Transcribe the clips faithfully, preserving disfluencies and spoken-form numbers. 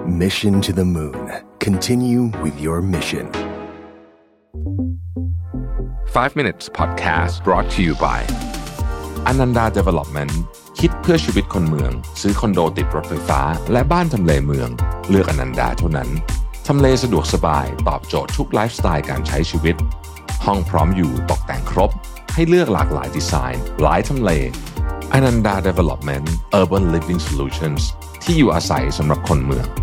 Mission to the Moon. Continue with your mission. five minutes podcast brought to you by Ananda Development คิดเพื่อชีวิตคนเมืองซื้อคอนโดติดรถไฟฟ้าและบ้านทำเลเมืองเลือกอนันดาเท่านั้นทำเลสะดวกสบายตอบโจทย์ทุกไลฟ์สไตล์การใช้ชีวิตห้องพร้อมอยู่ตกแต่งครบให้เลือกหลากหลายดีไซน์หลายทำเล Ananda Development Urban Living Solutions ที่อยู่อาศัยสำหรับคนเมือง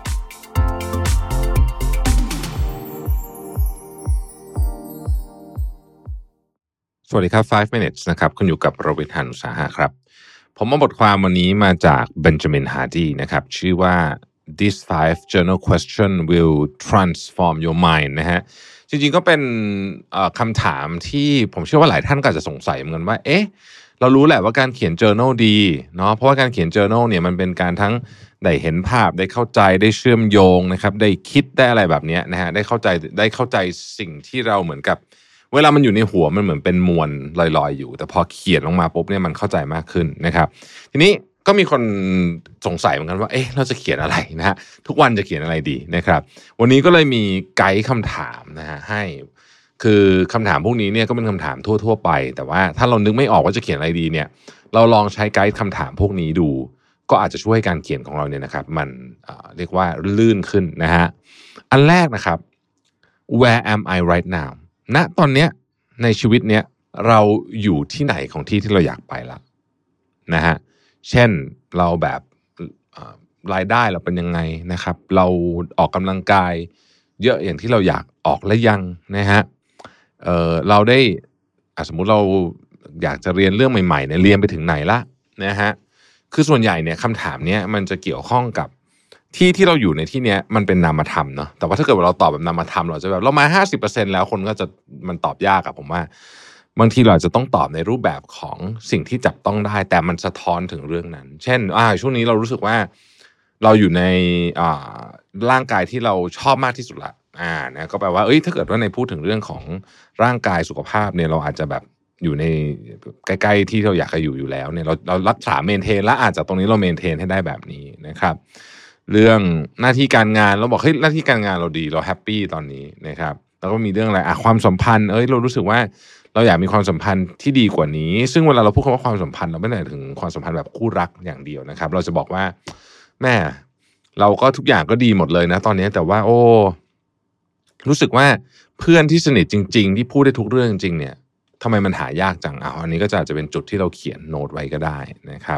สวัสดีครับfive minutes นะครับคุณอยู่กับโรบิน หาญอุตสาหะครับผมเอาบทความวันนี้มาจากเบนจามิน ฮาร์ดีนะครับชื่อว่า These five journal question will transform your mind นะฮะจริงๆก็เป็นคำถามที่ผมเชื่อว่าหลายท่านก็อาจจะสงสัยเหมือนกันว่าเอ๊ะเรารู้แหละว่าการเขียน journal ดีเนาะเพราะว่าการเขียน journal เนี่ยมันเป็นการทั้งได้เห็นภาพได้เข้าใจได้เชื่อมโยงนะครับได้คิดได้อะไรแบบนี้นะฮะได้เข้าใจได้เข้าใจสิ่งที่เราเหมือนกับเวลามันอยู่ในหัวมันเหมือนเป็นมวลลอยๆอยู่แต่พอเขียนลงมาปุ๊บเนี่ยมันเข้าใจมากขึ้นนะครับทีนี้ก็มีคนสงสัยเหมือนกันว่าเอ๊ะเราจะเขียนอะไรนะฮะทุกวันจะเขียนอะไรดีนะครับวันนี้ก็เลยมีไกด์คำถามนะฮะให้คือคำถามพวกนี้เนี่ยก็เป็นคำถามทั่วๆไปแต่ว่าถ้าเรานึกไม่ออกว่าจะเขียนอะไรดีเนี่ยเราลองใช้ไกด์คำถามพวกนี้ดูก็อาจจะช่วยการเขียนของเราเนี่ยนะครับมันเอ่อเรียกว่าลื่นขึ้นนะฮะอันแรกนะครับ Where am I right nowณตอนเนี้ยในชีวิตเนี้ยเราอยู่ที่ไหนของที่ที่เราอยากไปละนะฮะเช่นเราแบบรายได้เราเป็นยังไงนะครับเราออกกำลังกายเยอะอย่างที่เราอยากออกและยังนะฮะเออเราได้สมมุติเราอยากจะเรียนเรื่องใหม่ๆเนี่ยเรียนไปถึงไหนละนะฮะคือส่วนใหญ่เนี่ยคำถามเนี้ยมันจะเกี่ยวข้องกับที่ที่เราอยู่ในที่เนี้ยมันเป็นนามธรรมเนาะแต่ว่าถ้าเกิดว่าเราตอบแบบนามธรรมเราจะแบบเรามา ห้าสิบเปอร์เซ็นต์ แล้วคนก็จะมันตอบยากอะผมว่าบางทีเราจะต้องตอบในรูปแบบของสิ่งที่จับต้องได้แต่มันสะท้อนถึงเรื่องนั้นเช่นอ่าช่วงนี้เรารู้สึกว่าเราอยู่ในอ่าร่างกายที่เราชอบมากที่สุดละอ่านะก็แปลว่าเอ้ยถ้าเกิดว่าในพูดถึงเรื่องของร่างกายสุขภาพเนี่ยเราอาจจะแบบอยู่ในใกล้ๆที่เราอยากจะอยู่อยู่แล้วเนี่ยเราเรารักษาเมนเทนแล้วอาจจะตรงนี้เราเมนเทนให้ได้แบบนี้นะครับเรื่องหน้าที่การงานเราบอกเฮ้ยหน้าที่การงานเราดีเราแฮปปี้ตอนนี้นะครับแล้วก็มีเรื่องอะไรอ่ะความสัมพันธ์เอ้ยเรารู้สึกว่าเราอยากมีความสัมพันธ์ที่ดีกว่านี้ซึ่งเวลาเราพูดคำว่าความสัมพันธ์เราไม่ได้ถึงความสัมพันธ์แบบคู่รักอย่างเดียวนะครับเราจะบอกว่าแม่เราก็ทุกอย่างก็ดีหมดเลยนะตอนนี้แต่ว่าโอ้รู้สึกว่าเพื่อนที่สนิทจริงๆที่พูดได้ทุกเรื่องจริงๆเนี่ยทำไมมันหายากจังอ่ะอันนี้ก็จะอาจจะเป็นจุดที่เราเขียนโน้ตไว้ก็ได้นะครับ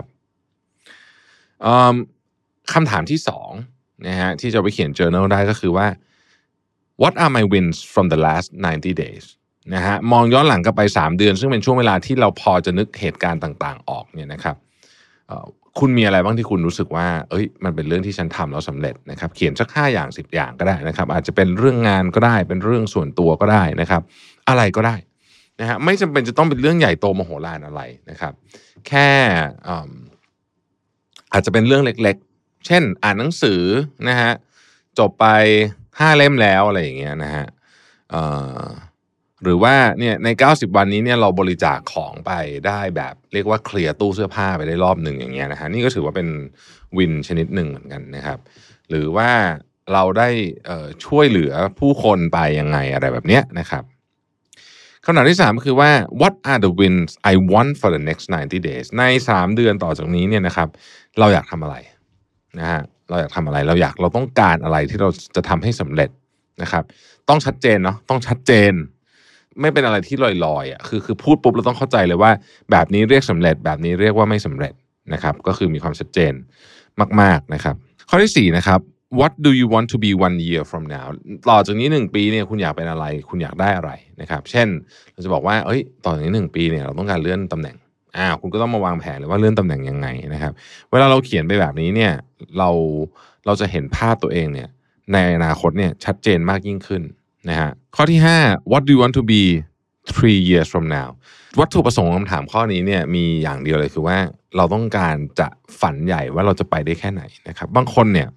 คำถามที่สองนะฮะที่จะไปเขียน journal ได้ก็คือว่า what are my wins from the last ninety days นะฮะมองย้อนหลังกลับไปสามเดือนซึ่งเป็นช่วงเวลาที่เราพอจะนึกเหตุการณ์ต่างๆออกเนี่ยนะครับคุณมีอะไรบ้างที่คุณรู้สึกว่าเอ้ยมันเป็นเรื่องที่ฉันทำแล้วสำเร็จนะครับเขียนสักห้าอย่างสิบอย่างก็ได้นะครับอาจจะเป็นเรื่องงานก็ได้เป็นเรื่องส่วนตัวก็ได้นะครับอะไรก็ได้นะฮะไม่จำเป็นจะต้องเป็นเรื่องใหญ่โตมโหฬารอะไรนะครับแค่อาจจะเป็นเรื่องเล็กเช่นอ่านหนังสือนะฮะจบไปห้าเล่มแล้วอะไรอย่างเงี้ยนะฮะเอ่อหรือว่าเนี่ยในเก้าสิบวันนี้เนี่ยเราบริจาคของไปได้แบบเรียกว่าเคลียร์ตู้เสื้อผ้าไปได้รอบหนึ่งอย่างเงี้ยนะฮะนี่ก็ถือว่าเป็นวินชนิดหนึ่งเหมือนกันนะครับหรือว่าเราได้เอ่อช่วยเหลือผู้คนไปยังไงอะไรแบบเนี้ยนะครับคำถามที่สามก็คือว่า what are the wins I want for the next ninety days ในสามเดือนต่อจากนี้เนี่ยนะครับเราอยากทำอะไรนะฮะเราอยากทำอะไรเราอยากเราต้องการอะไรที่เราจะทำให้สำเร็จนะครับต้องชัดเจนเนาะต้องชัดเจนไม่เป็นอะไรที่ลอยๆอ่ะคือคือพูดปุ๊บเราต้องเข้าใจเลยว่าแบบนี้เรียกสำเร็จแบบนี้เรียกว่าไม่สำเร็จนะครับก็คือมีความชัดเจนมากๆนะครับข้อที่สี่นะครับ what do you want to be one year from now ต่อจากนี้หนึ่งปีเนี่ยคุณอยากเป็นอะไรคุณอยากได้อะไรนะครับเช่นเราจะบอกว่าเอ้ยต่อจากนี้หนึ่งปีเนี่ยเราต้องการเลื่อนตำแหน่งอ่าคุณก็ต้องมาวางแผนเลยว่าเลื่อนตำแหน่งยังไงนะครับเวลาเราเขียนไปแบบนี้เนี่ยเราเราจะเห็นภาพตัวเองเนี่ยในอนาคตเนี่ยชัดเจนมากยิ่งขึ้นนะฮะข้อที่ห้า what do you want to be three years from now วัตถุประสงค์ของคำถามข้อนี้เนี่ยมีอย่างเดียวเลยคือว่าเราต้องการจะฝันใหญ่ว่าเราจะไปได้แค่ไหนนะครับบางคนเนี่ย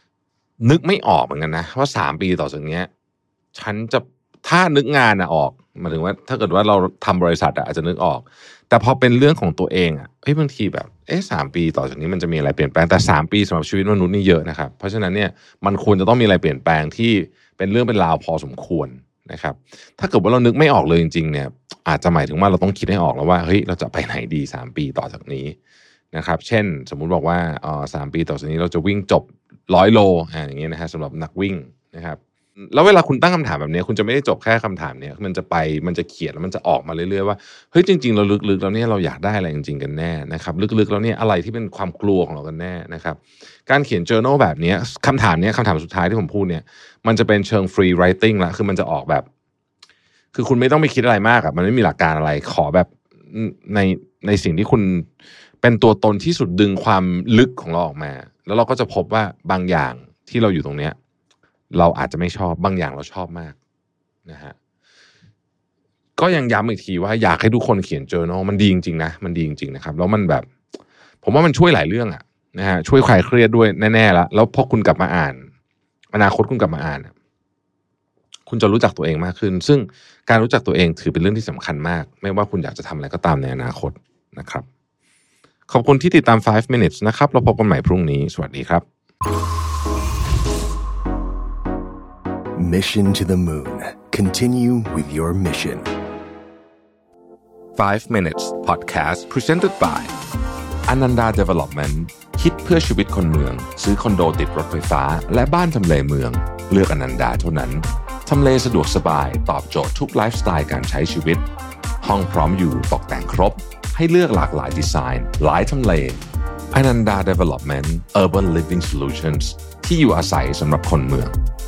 นึกไม่ออกเหมือนกันนะว่าสามปีต่อจากเนี้ยฉันจะถ้านึกงานนะออกหมายถึงว่าถ้าเกิดว่าเราทำบริษัทอาจจะนึกออกแต่พอเป็นเรื่องของตัวเองอ่ะเฮ้ยบางทีแบบเอ๊ะสามปีต่อจากนี้มันจะมีอะไรเปลี่ยนแปลงแต่สามปีสำหรับชีวิตมนุษย์นี่เยอะนะครับเพราะฉะนั้นเนี่ยมันควรจะต้องมีอะไรเปลี่ยนแปลงที่เป็นเรื่องเป็นราวพอสมควรนะครับถ้าเกิดว่าเรานึกไม่ออกเลยจริงๆเนี่ยอาจจะหมายถึงว่าเราต้องคิดให้ออกแล้วว่าเฮ้ยเราจะไปไหนดีสามปีต่อจากนี้นะครับเช่นสมมุติบอกว่าอ๋อสามปีต่อจากนี้เราจะวิ่งจบร้อยโลอ่าอย่างเงี้ยนะฮะสำหรับนักวิ่งนะครับแล้วเวลาคุณตั้งคำถามแบบนี้คุณจะไม่ได้จบแค่คำถามเนี่ยมันจะไปมันจะเขียนแล้วมันจะออกมาเรื่อยๆว่าเฮ้ยจริงๆเราลึกๆแล้วเนี่ยเราอยากได้อะไรจริงๆกันแน่นะครับลึกๆแล้วเนี่ยอะไรที่เป็นความกลัวของเรากันแน่นะครับการเขียน journal แบบนี้คำถามนี้คำถามสุดท้ายที่ผมพูดเนี่ยมันจะเป็นเชิง free writing ละคือมันจะออกแบบคือคุณไม่ต้องไปคิดอะไรมากอะมันไม่มีหลักการอะไรขอแบบในในสิ่งที่คุณเป็นตัวตนที่สุดดึงความลึกของเราออกมาแล้วเราก็จะพบว่าบางอย่างที่เราอยู่ตรงเนี้ยเราอาจจะไม่ชอบบางอย่างเราชอบมากนะฮะก็ยังย้ำอีกทีว่าอยากให้ทุกคนเขียน journal มันดีจริงๆนะมันดีจริงๆนะครับแล้วมันแบบผมว่ามันช่วยหลายเรื่องอะนะฮะช่วยคลายเครียดด้วยแน่ๆแล้วแล้วพอคุณกลับมาอ่านอนาคตคุณกลับมาอ่านคุณจะรู้จักตัวเองมากขึ้นซึ่งการรู้จักตัวเองถือเป็นเรื่องที่สำคัญมากไม่ว่าคุณอยากจะทำอะไรก็ตามในอนาคตนะครับขอบคุณที่ติดตามไฟว์ minutes นะครับเราพบกันใหม่พรุ่งนี้สวัสดีครับ Mission to the Moon. Continue with your mission. five minutes podcast presented by Ananda Development คิดเพื่อชีวิตคนเมืองซื้อคอนโดติดรถไฟฟ้าและบ้านทำเลเมืองเลือก Ananda เท่านั้นทำเลสะดวกสบายตอบโจทย์ทุกไลฟ์สไตล์การใช้ชีวิตห้องพร้อมอยู่ตกแต่งครบให้เลือกหลากหลายดีไซน์หลายทำเล Ananda Development Urban Living Solutions ที่อยู่อาศัยสำหรับคนเมือง